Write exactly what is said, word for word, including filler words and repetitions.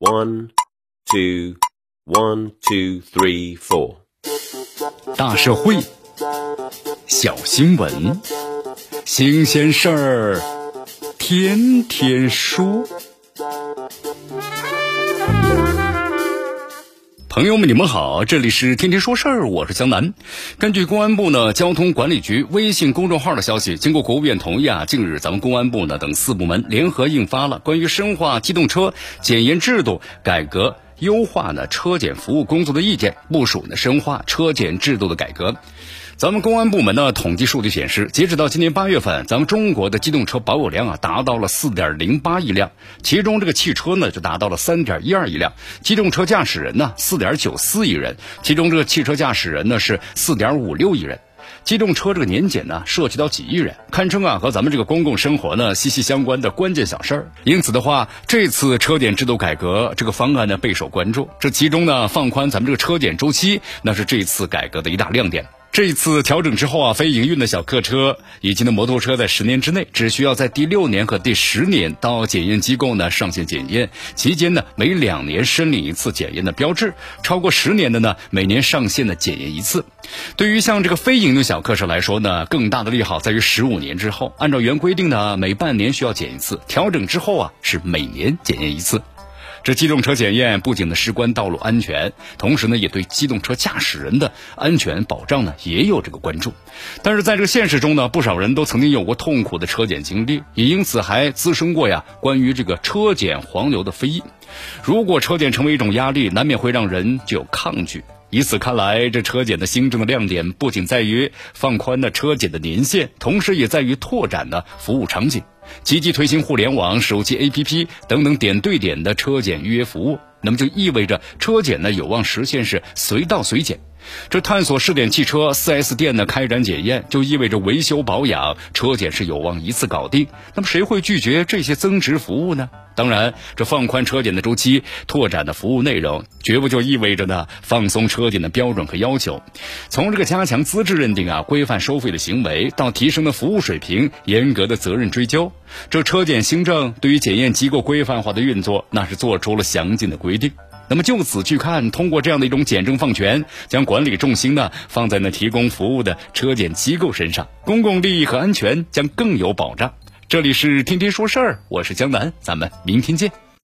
One, two, one, two, three, four。 大社会，小新闻，新鲜事儿，天天说。朋友们，你们好，这里是天天说事儿，我是江南。根据公安部呢交通管理局微信公众号的消息，经过国务院同意啊，近日咱们公安部呢等四部门联合印发了关于深化机动车检验制度改革优化呢车检服务工作的意见，部署呢深化车检制度的改革。咱们公安部门呢统计数据显示，截止到今年八月份，咱们中国的机动车保有量啊达到了 四点零八亿辆，其中这个汽车呢就达到了 三点一二亿辆，机动车驾驶人呢 四点九四亿人，其中这个汽车驾驶人呢是 四点五六亿人。机动车这个年检呢涉及到几亿人，堪称啊和咱们这个公共生活呢息息相关的关键小事儿。因此的话，这次车检制度改革这个方案呢备受关注，这其中呢放宽咱们这个车检周期，那是这次改革的一大亮点。这一次调整之后啊，非营运的小客车以及呢摩托车在十年之内只需要在第六年和第十年到检验机构呢上线检验，期间呢每两年申领一次检验的标志，超过十年的呢每年上线的检验一次。对于像这个非营运小客车来说呢，更大的利好在于十五年之后，按照原规定呢每半年需要检一次，调整之后啊是每年检验一次。这机动车检验不仅呢事关道路安全，同时呢也对机动车驾驶人的安全保障呢也有这个关注。但是在这个现实中呢，不少人都曾经有过痛苦的车检经历，也因此还滋生过呀关于这个车检黄牛的非议。如果车检成为一种压力，难免会让人就有抗拒。以此看来，这车检的新政的亮点不仅在于放宽的车检的年限，同时也在于拓展的服务场景，积极推行互联网、手机 A P P 等等点对点的车检预约服务，那么就意味着车检呢有望实现是随到随检。这探索试点汽车 四 S 店呢开展检验，就意味着维修保养车检是有望一次搞定。那么谁会拒绝这些增值服务呢？当然，这放宽车检的周期，拓展的服务内容，绝不就意味着呢放松车检的标准和要求。从这个加强资质认定啊、规范收费的行为，到提升的服务水平、严格的责任追究，这车检新政对于检验机构规范化的运作，那是做出了详尽的规定。那么就此去看，通过这样的一种检证放权，将管理重心呢放在那提供服务的车检机构身上，公共利益和安全将更有保障。这里是天天说事儿，我是江南，咱们明天见。